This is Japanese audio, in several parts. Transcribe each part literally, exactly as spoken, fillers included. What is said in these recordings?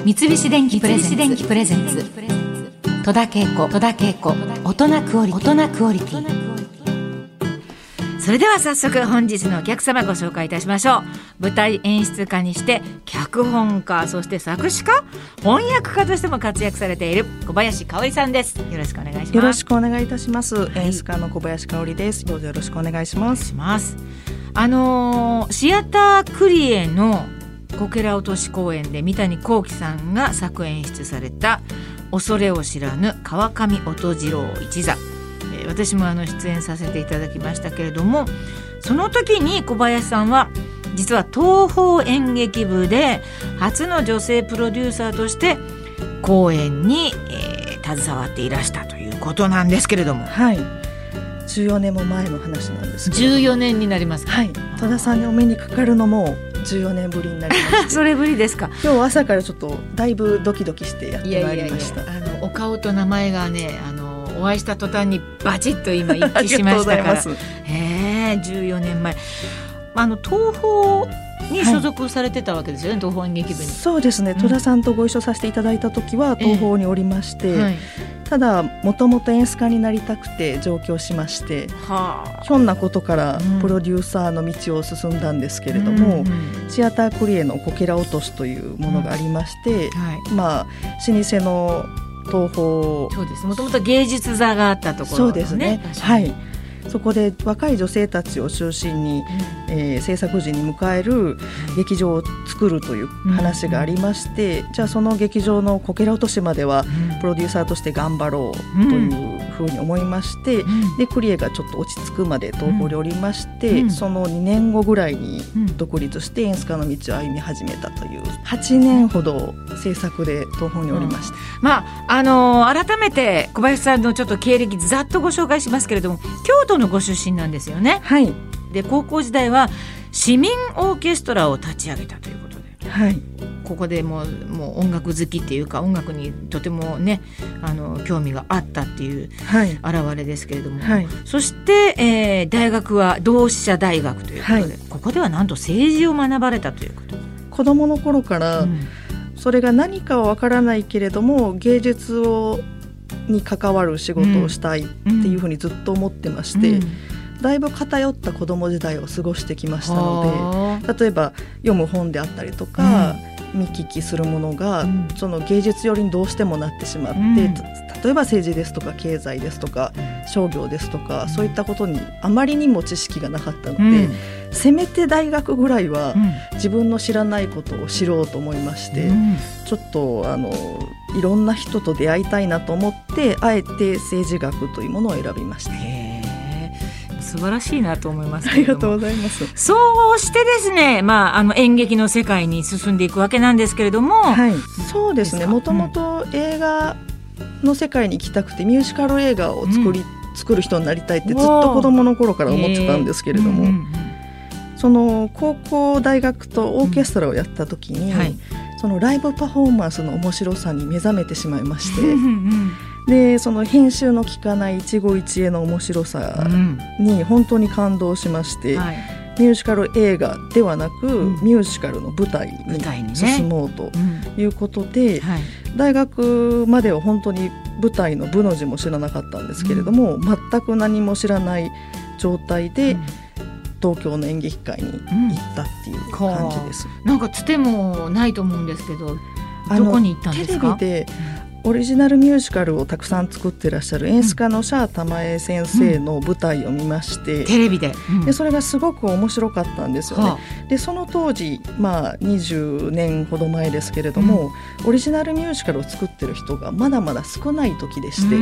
三菱電機プレゼンツ戸田恵子大人クオリティ。それでは早速本日のお客様ご紹介いたしましょう。舞台演出家にして脚本家、そして作詞家、翻訳家としても活躍されている小林香織さんです。よろしくお願いします。 よろしくお願いいたします、はい、演出家の小林香織です。どうぞよろしくお願いします。 お願いします。あのー、シアタークリエのこけら落とし公演で三谷幸喜さんが作演出された恐れを知らぬ川上音次郎一座、えー、私もあの出演させていただきましたけれども、その時に小林さんは実は東宝演劇部で初の女性プロデューサーとして公演に、えー、携わっていらしたということなんですけれども、 はい、じゅうよねんも前の話なんですけど、 じゅうよねんになりますか。 はい、戸田さんにお目にかかるのもじゅうよねんぶりになりましたそれぶりですか。 今日朝からちょっとだいぶドキドキしてやってまいりました。 いやいやいや、あのお顔と名前がね、あのお会いした途端にバチッと今一致しましたからへーじゅうよねんまえ、あの東宝に所属されてたわけですよね、はい、東宝演劇部に。 そうですね、戸田さんとご一緒させていただいた時は東宝におりまして、えーはい、ただもともと演出家になりたくて上京しまして、はあ、ひょんなことからプロデューサーの道を進んだんですけれども、うんうん、シアタークリエのこけら落としというものがありまして、うんはいまあ、老舗の東宝、 そうです、もともと芸術座があったところ、ね、 そうですね、はい、そこで若い女性たちを中心に、うんえー、制作時に迎える劇場を作るという話がありまして、うん、じゃあその劇場のこけら落としまではプロデューサーとして頑張ろうというふうに思いまして、うん、でクリエがちょっと落ち着くまで東宝におりまして、うん、そのにねんごぐらいに独立して演出家の道を歩み始めたというはちねんほど制作で東宝におりました、うんまああのー、改めて小林さんのちょっと経歴ざっとご紹介しますけれども、京都のご出身なんですよね。 はい。 で高校時代は市民オーケストラを立ち上げたということで、 はい、 ここでもう、もう音楽好きっていうか音楽にとてもねあの興味があったっていう表れですけれども、はい、そして、えー、大学は同志社大学ということで、はい、ここではなんと政治を学ばれたということ。 子どもの頃から、うん、それが何かはわからないけれども芸術をに関わる仕事をしたいっていうふうにずっと思ってまして、うんうんだいぶ偏った子供時代を過ごしてきましたので、例えば読む本であったりとか、うん、見聞きするものが、うん、その芸術寄りにどうしてもなってしまって、うん、例えば政治ですとか経済ですとか、うん、商業ですとか、うん、そういったことにあまりにも知識がなかったので、うん、せめて大学ぐらいは自分の知らないことを知ろうと思いまして、うん、ちょっとあのいろんな人と出会いたいなと思ってあえて政治学というものを選びました。 素晴らしいなと思いますけれども、 ありがとうございます。 そうしてですね、まあ、あの演劇の世界に進んでいくわけなんですけれども、 はい、そうですね、もともと映画の世界に行きたくて、うん、ミュージカル映画を作り、うん、作る人になりたいってずっと子どもの頃から思ってたんですけれども、えーうんうん、その高校大学とオーケストラをやった時に、うんはい、そのライブパフォーマンスの面白さに目覚めてしまいましてでその編集の効かない一期一会の面白さに本当に感動しまして、うんはい、ミュージカル映画ではなく、うん、ミュージカルの舞台に進もうということで、ねうんはい、大学までは本当に舞台の部の字も知らなかったんですけれども、うん、全く何も知らない状態で、うん東京の演劇界に行ったっていう感じです、 うん、なんかつてもないと思うんですけど、どこに行ったんですか？ テレビでオリジナルミュージカルをたくさん作ってらっしゃる演出家のシャー玉江先生の舞台を見まして、 うん、テレビで、うん、 でそれがすごく面白かったんですよね、はあ、でその当時、まあ、にじゅうねんほど前ですけれども、うん、オリジナルミュージカルを作ってる人がまだまだ少ない時でして、うん、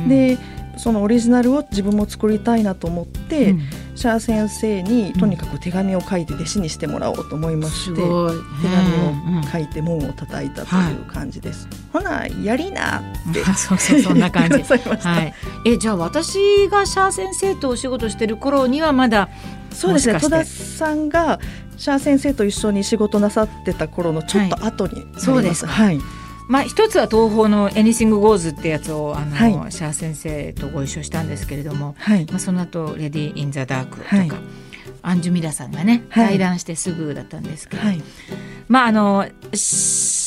でそのオリジナルを自分も作りたいなと思って、うん、シャー先生にとにかく手紙を書いて弟子にしてもらおうと思いまして、うん、手紙を書いて門を叩いたという感じです、うん、ほなやりなってそうそうそんな感じ、はい、えじゃあ私がシャー先生とお仕事してる頃にはまだそうですね、戸田さんがシャー先生と一緒に仕事なさってた頃のちょっと後になります、 はい、そうですか、はいまあ、一つは東宝の Anything Goes ってやつをあの、はい、シャー先生とご一緒したんですけれども、はいまあ、その後レディー・イン・ザ・ダークとか、はい、アンジュ・ミラさんがね、はい、対談してすぐだったんですけど、はいまあ、あのシ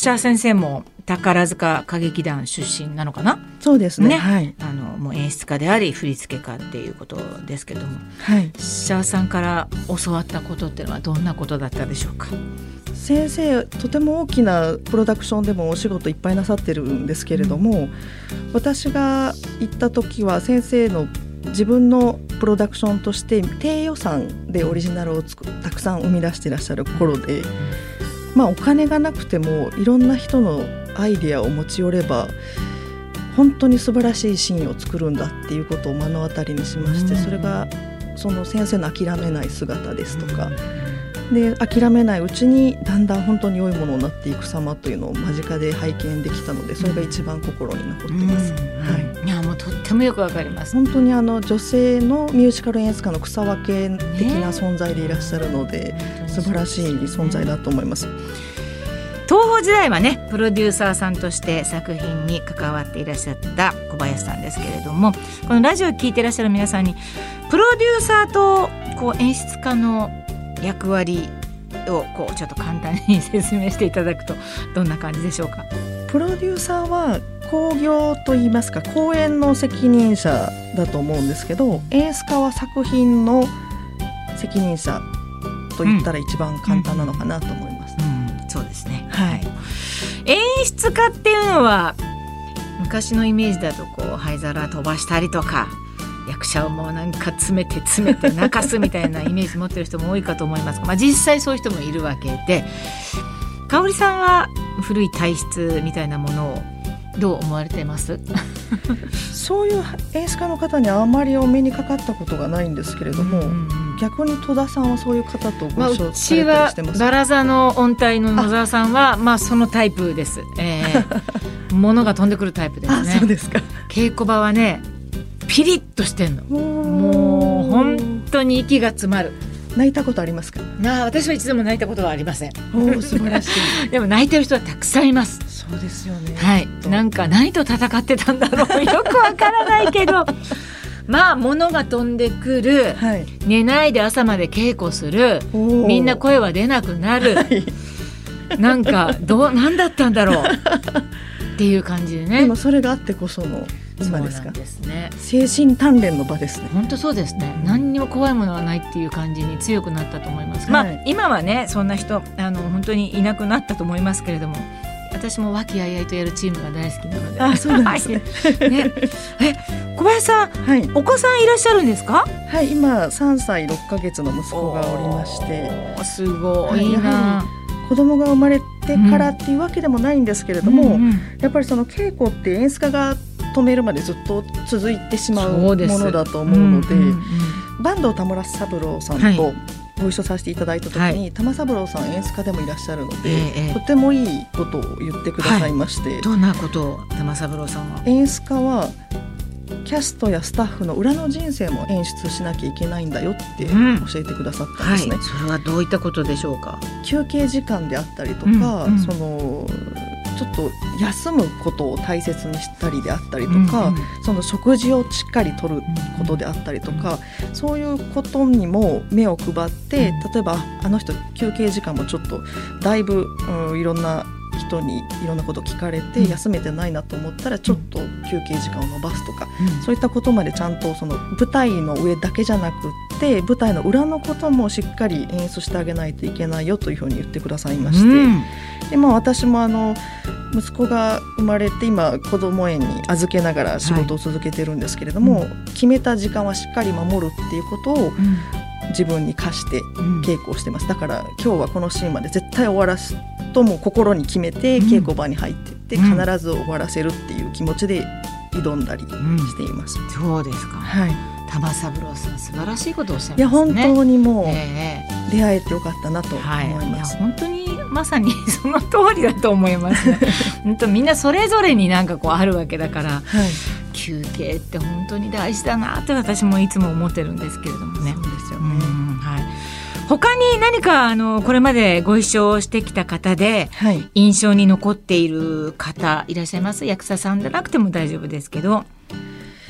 シャー先生も宝塚歌劇団出身なのかな。 そうですね、 ね、 はい、 あのもう演出家であり振付家っていうことですけども、 はい、 シャーさんから教わったことっていうのはどんなことだったでしょうか。 先生とても大きなプロダクションでもお仕事いっぱいなさってるんですけれども、うん、私が行った時は先生の自分のプロダクションとして低予算でオリジナルをつくたくさん生み出していらっしゃる頃で、まあ、お金がなくてもいろんな人のアイデアを持ち寄れば本当に素晴らしいシーンを作るんだっていうことを目の当たりにしまして、それがその先生の諦めない姿ですとかで、諦めないうちにだんだん本当に良いものになっていく様というのを間近で拝見できたので、それが一番心に残ってます、はい、 いやもうとってもよくわかります。 本当にあの女性のミュージカル演出家の草分け的な存在でいらっしゃるので、ね、素晴らしい存在だと思います。 東宝時代はねプロデューサーさんとして作品に関わっていらっしゃった小林さんですけれども、このラジオを聞いていらっしゃる皆さんにプロデューサーとこう演出家の役割をこうちょっと簡単に説明していただくとどんな感じでしょうか。 プロデューサーは興行といいますか公演の責任者だと思うんですけど、演出家は作品の責任者と言ったら一番簡単なのかなと思います、 うんうん、そうですね、 はい、 演出家っていうのは昔のイメージだとこう灰皿飛ばしたりとか役者をもうなんか詰めて詰めて泣かすみたいなイメージ持ってる人も多いかと思いますが、まあ、実際そういう人もいるわけで、香織さんは古い体質みたいなものをどう思われています？ そういう演出家の方にあまりお目にかかったことがないんですけれども、うんうんうん、逆に戸田さんはそういう方とご一緒されたりしてますか？ まあ、うちはバラ座の音体の野沢さんはまあそのタイプです、えー、物が飛んでくるタイプですね。 あ、そうですか。 稽古場はねピリッとしてんの。もう本当に息が詰まる。 泣いたことありますか？ なあ、私は一度も泣いたことはありません。 お素晴らしい。 でも泣いてる人はたくさんいます。 そうですよね。 はい、なんか何と戦ってたんだろうよくわからないけどまあ物が飛んでくる、はい、寝ないで朝まで稽古する、みんな声は出なくなる、はい、なんかどう何だったんだろうっていう感じでね。 でもそれがあってこその今ですか。 そうなんですね。 精神鍛錬の場ですね。 本当そうですね、うん、何にも怖いものはないっていう感じに強くなったと思います、はい。まあ、今はねそんな人あの本当にいなくなったと思いますけれども、私も和気あいあいとやるチームが大好きなので。 あ、そうなんですね。 ねえ小林さん、はい、お子さんいらっしゃるんですか？ はい、今さんさいろっかげつの息子がおりまして。 すごい、いいな。 子供が生まれてからっていうわけでもないんですけれども、うんうんうん、やっぱりその稽古って演出家が止めるまでずっと続いてしまうものだと思うので、うんうんうん、坂東玉三郎さんとご一緒させていただいた時に、はい、玉三郎さん演出家でもいらっしゃるので、えー、とてもいいことを言ってくださいまして、はい、 どんなことを玉三郎さんは？ 演出家はキャストやスタッフの裏の人生も演出しなきゃいけないんだよって教えてくださったんですね、 うんはい、それはどういったことでしょうか？ 休憩時間であったりとか、うんうん、そのちょっと休むことを大切にしたりであったりとか、うんうん、その食事をしっかりとることであったりとか、うんうん、そういうことにも目を配って、うん、例えばあの人休憩時間もちょっとだいぶ、うん、いろんな人にいろんなことを聞かれて休めてないなと思ったらちょっと休憩時間を延ばすとか、うん、そういったことまでちゃんとその舞台の上だけじゃなくって舞台の裏のこともしっかり演出してあげないといけないよというふうに言ってくださいまして、うん、でまあ、私もあの息子が生まれて今子ども園に預けながら仕事を続けてるんですけれども、はい、決めた時間はしっかり守るっていうことを自分に課して稽古をしてます、うん、だから今日はこのシーンまで絶対終わらすとも心に決めて稽古場に入っていって、うん、必ず終わらせるっていう気持ちで挑んだりしています、 うん、そうですか、はい、玉三郎さん素晴らしいことをおっしゃいますね。 いや本当にもう出会えてよかったなと思います、 はい、いや本当にまさにその通りだと思いますね本当みんなそれぞれになんかこうあるわけだから、はい、休憩って本当に大事だなって私もいつも思ってるんですけれどもね。 そうですよね、 うんはい、他に何かあのこれまでご一緒してきた方で、はい、印象に残っている方いらっしゃいます？役者さんじゃなくても大丈夫ですけど。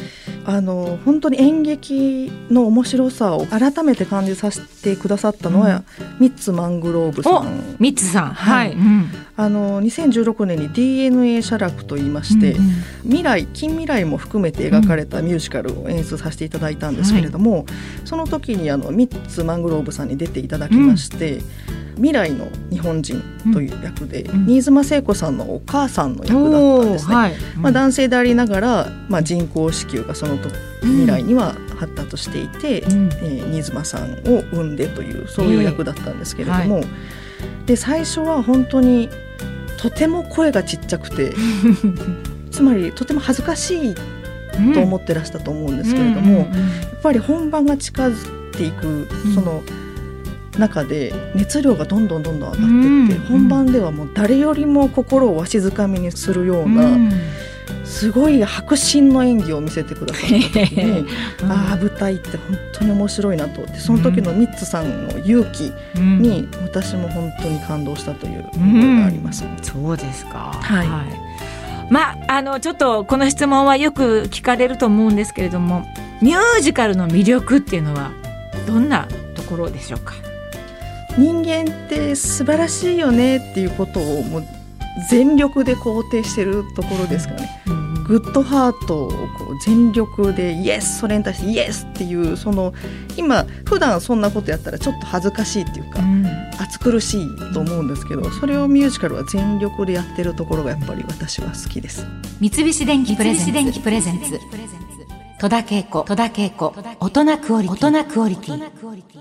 あの本当に演劇の面白さを改めて感じさせてくださったのは、うん、ミッツ・マングローブさん。 ミッツさん、はい、 うん、あのにせんじゅうろくねんに ディーエヌエー 写楽といいまして、うんうん、未来近未来も含めて描かれたミュージカルを演出させていただいたんですけれども、うんはい、その時にあのミッツ・マングローブさんに出ていただきまして、うん、未来の日本人という役で、うん、新妻聖子さんのお母さんの役だったんですね、はいうんまあ、男性でありながら、まあ、人工子宮がその時未来には発達していて、うんえー、新妻さんを産んでというそういう役だったんですけれども、えーはい、で最初は本当にとても声がちっちゃくてつまりとても恥ずかしいと思ってらしたと思うんですけれども、うんうんうん、やっぱり本番が近づいていくその中で熱量がどんどんどんどん上がっていって、うんうん、本番ではもう誰よりも心をわしづかみにするような、うんすごい迫真の演技を見せてくださった時にうん、ああ舞台って本当に面白いなと。でその時のミッツさんの勇気に私も本当に感動したという思いがあります、うんうん、 そうですか、 はいはい、まああのちょっとこの質問はよく聞かれると思うんですけれども、ミュージカルの魅力っていうのはどんなところでしょうか。 人間って素晴らしいよねっていうことをもう全力で肯定してるところですかね、うん、グッドハートをこう全力でイエス、それに対してイエスっていうその今普段そんなことやったらちょっと恥ずかしいっていうか、うん、暑苦しいと思うんですけど、それをミュージカルは全力でやってるところがやっぱり私は好きです。 三菱電機プレゼンツ戸田恵子大人クオリティ